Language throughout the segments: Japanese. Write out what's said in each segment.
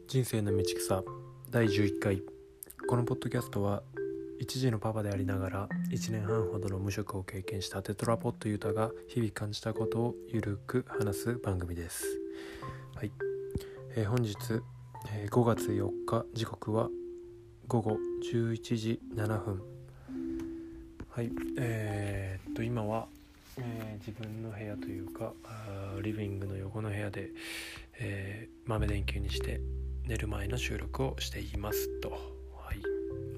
人生の道草第11回。このポッドキャストは一児のパパでありながら1年半ほどの無職を経験したテトラポットユタが日々感じたことをゆるく話す番組です。はい、本日、5月4日、時刻は午後11時7分。はい、今は、自分の部屋というかリビングの横の部屋で、豆電球にして寝る前の収録をしていますと。はい。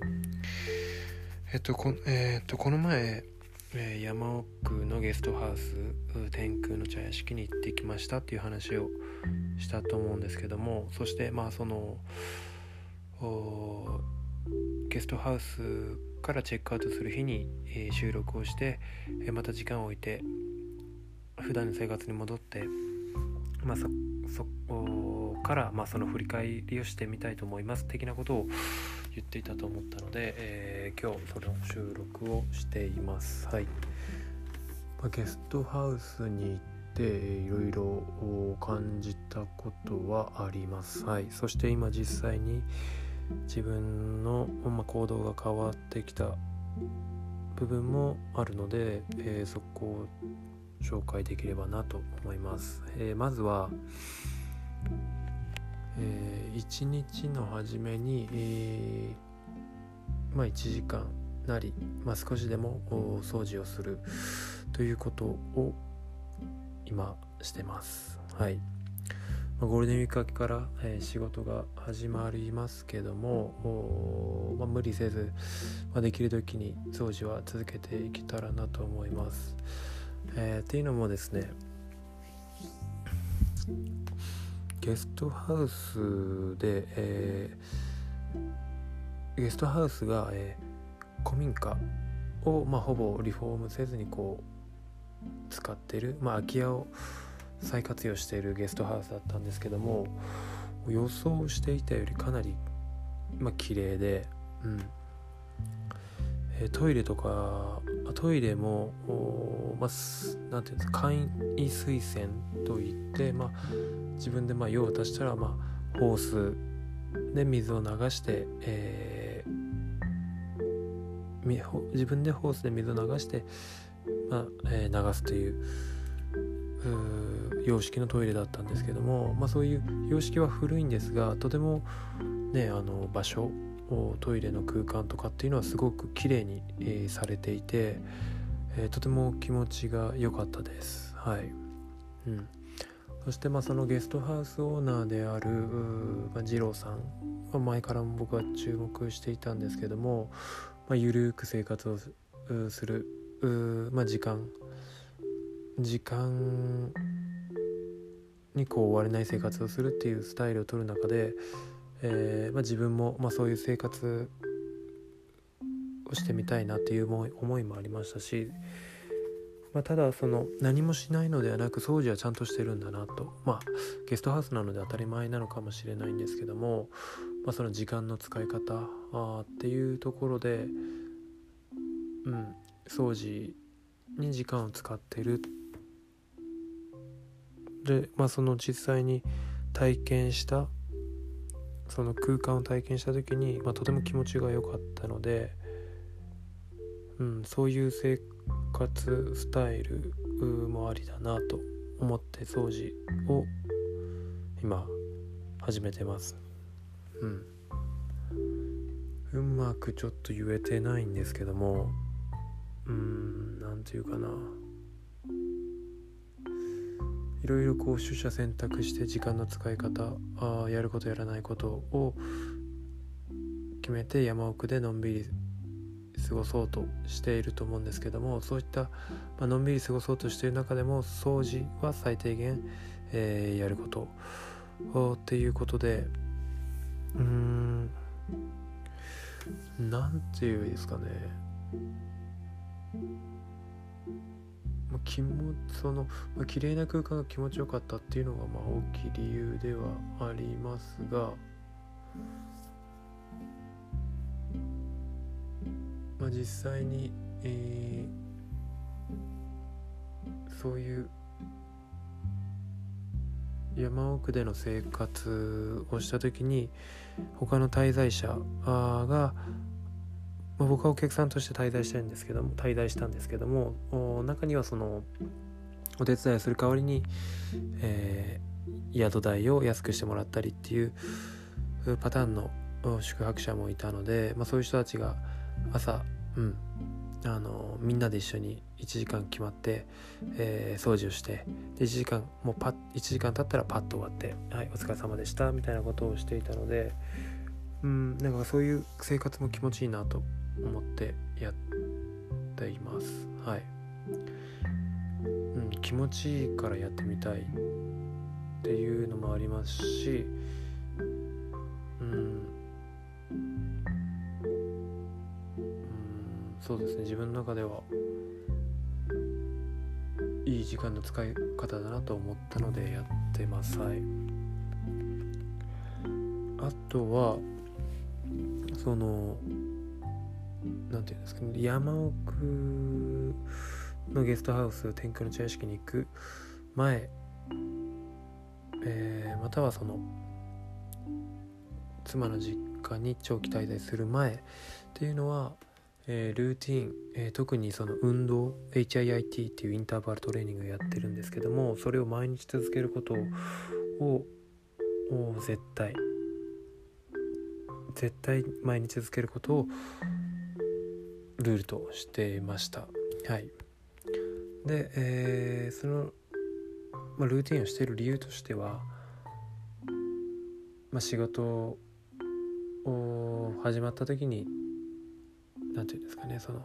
この前、山奥のゲストハウス天空の茶屋敷に行ってきましたっていう話をしたと思うんですけども、そしてそのゲストハウスからチェックアウトする日に、収録をして、また時間を置いて普段の生活に戻って、そこから、その振り返りをしてみたいと思います的なことを言っていたと思ったので、今日その収録をしています。はい。ゲストハウスに行っていろいろ感じたことはあります。はい。そして今実際に自分の、行動が変わってきた部分もあるので、そこを紹介できればなと思います。まずは、1日の初めに、1時間なり、少しでも掃除をするということを今してます。はい。ゴールデンウィーク明けから、仕事が始まりますけども、無理せず、できる時に掃除は続けていけたらなと思います。っていうのもですね、ゲストハウスで、ゲストハウスが、古民家を、ほぼリフォームせずに使っている、空き家を再活用しているゲストハウスだったんですけども、予想していたよりかなり、綺麗で、トイレもなんていうんですか、簡易水洗といって、自分で用を足したら、ホースで水を流して、自分でホースで水を流して、流すという様式のトイレだったんですけども、そういう様式は古いんですが、とてもね、場所、トイレの空間とかっていうのはすごく綺麗に、されていて、とても気持ちが良かったです。はい。そしてそのゲストハウスオーナーである二郎さんは前からも僕は注目していたんですけども、ゆるく生活をする時間に追われない生活をするっていうスタイルを取る中で、自分も、そういう生活をしてみたいなっていう思いもありましたし、ただその何もしないのではなく掃除はちゃんとしてるんだなと、ゲストハウスなので当たり前なのかもしれないんですけども、その時間の使い方っていうところで、掃除に時間を使ってる。で、その実際に体験したその空間を体験した時に、とても気持ちが良かったので、そういう生活スタイルもありだなと思って掃除を今始めてます。うまくちょっと言えてないんですけども、なんていうかな、いろいろ取捨選択して時間の使い方、やることやらないことを決めて山奥でのんびり過ごそうとしていると思うんですけども、そういった、のんびり過ごそうとしている中でも掃除は最低限、やることっていうことで、なんていうんですかね、綺麗な空間が気持ちよかったっていうのが大きい理由ではありますが、実際に、そういう山奥での生活をした時に他の滞在者が、僕はお客さんとして滞在したんですけども、中にはそのお手伝いをする代わりに、宿代を安くしてもらったりっていうパターンの宿泊者もいたので、そういう人たちが朝、みんなで一緒に1時間決まって、掃除をして、で1時間経ったらパッと終わって、はい、お疲れ様でしたみたいなことをしていたので、なんかそういう生活も気持ちいいなと思ってやっています。はい、気持ちいいからやってみたいっていうのもありますし、そうですね、自分の中ではいい時間の使い方だなと思ったのでやってます。はい。あとはそのなんていうんですかね、山奥のゲストハウス天空の茶屋敷に行く前、またはその妻の実家に長期滞在する前っていうのは、ルーティン、特にその運動 HIIT っていうインターバルトレーニングをやってるんですけども、それを毎日続けることを絶対毎日続けることをルールとしていました。はい。で、その、ルーティンをしている理由としては、仕事を始まった時になんていうんですかね、その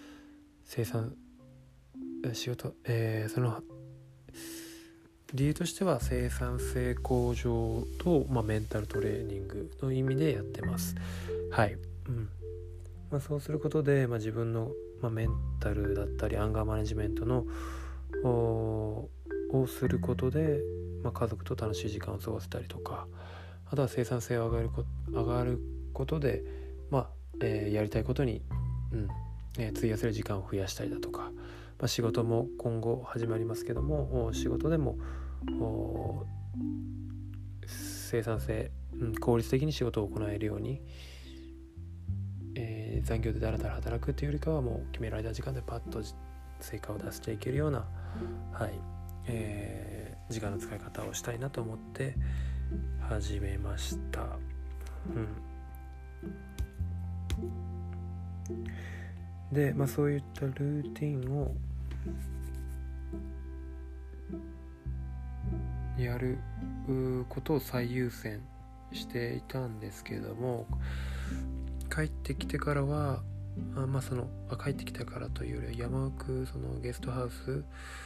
その理由としては生産性向上と、メンタルトレーニングの意味でやってます。はい。そうすることで、自分の、メンタルだったりアンガーマネジメントのをすることで、家族と楽しい時間を過ごせたりとか、あとは生産性を上がることで、やりたいことに、費やせる時間を増やしたりだとか、仕事も今後始まりますけども、仕事でも生産性、効率的に仕事を行えるように、残業でだらだら働くというよりかは、もう決められた時間でパッと成果を出していけるような、時間の使い方をしたいなと思って始めました。で、そういったルーティンをやることを最優先していたんですけれども、帰ってきてからは帰ってきたからというよりは、山奥そのゲストハウス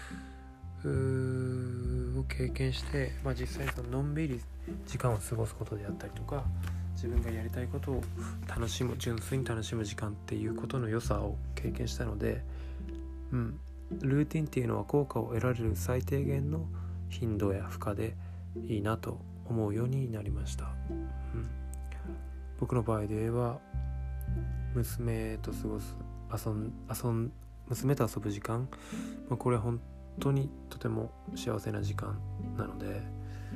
を経験して、実際そののんびり時間を過ごすことであったりとか、自分がやりたいことを純粋に楽しむ時間っていうことの良さを経験したので、ルーティンっていうのは効果を得られる最低限の頻度や負荷でいいなと思うようになりました。僕の場合で言えば、娘と遊ぶ時間、これは本当にとても幸せな時間なので、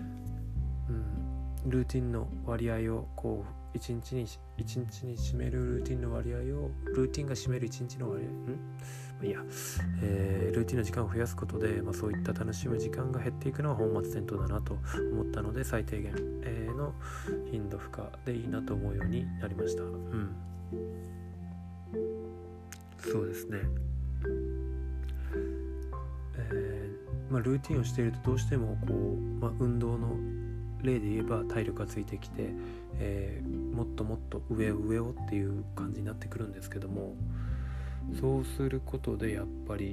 ルーティンの割合を一日に占めるルーティンの割合をルーティンが占める一日の割合ルーティンの時間を増やすことで、そういった楽しむ時間が減っていくのは本末転倒だなと思ったので、最低限、の頻度負荷でいいなと思うようになりました。そうですね。ルーティンをしているとどうしても運動の例で言えば体力がついてきて、もっともっと上をっていう感じになってくるんですけども、そうすることでやっぱり、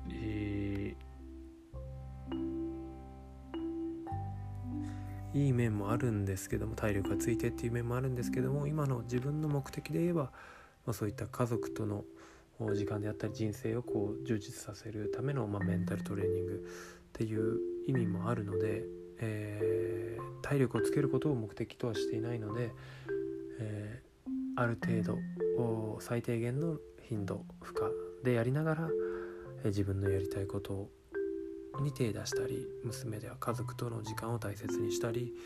いい面もあるんですけども、体力がついてっていう面もあるんですけども、今の自分の目的で言えば、そういった家族との時間であったり人生を充実させるための、メンタルトレーニングっていう意味もあるので、体力をつけることを目的とはしていないので、ある程度最低限の頻度負荷でやりながら、自分のやりたいことに手出したり、娘では家族との時間を大切にしたり、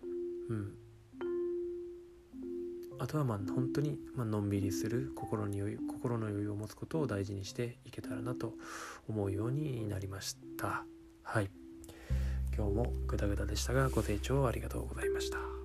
あとは本当にのんびりする心の余裕を持つことを大事にしていけたらなと思うようになりました。はい、今日もグダグダでしたがご清聴ありがとうございました。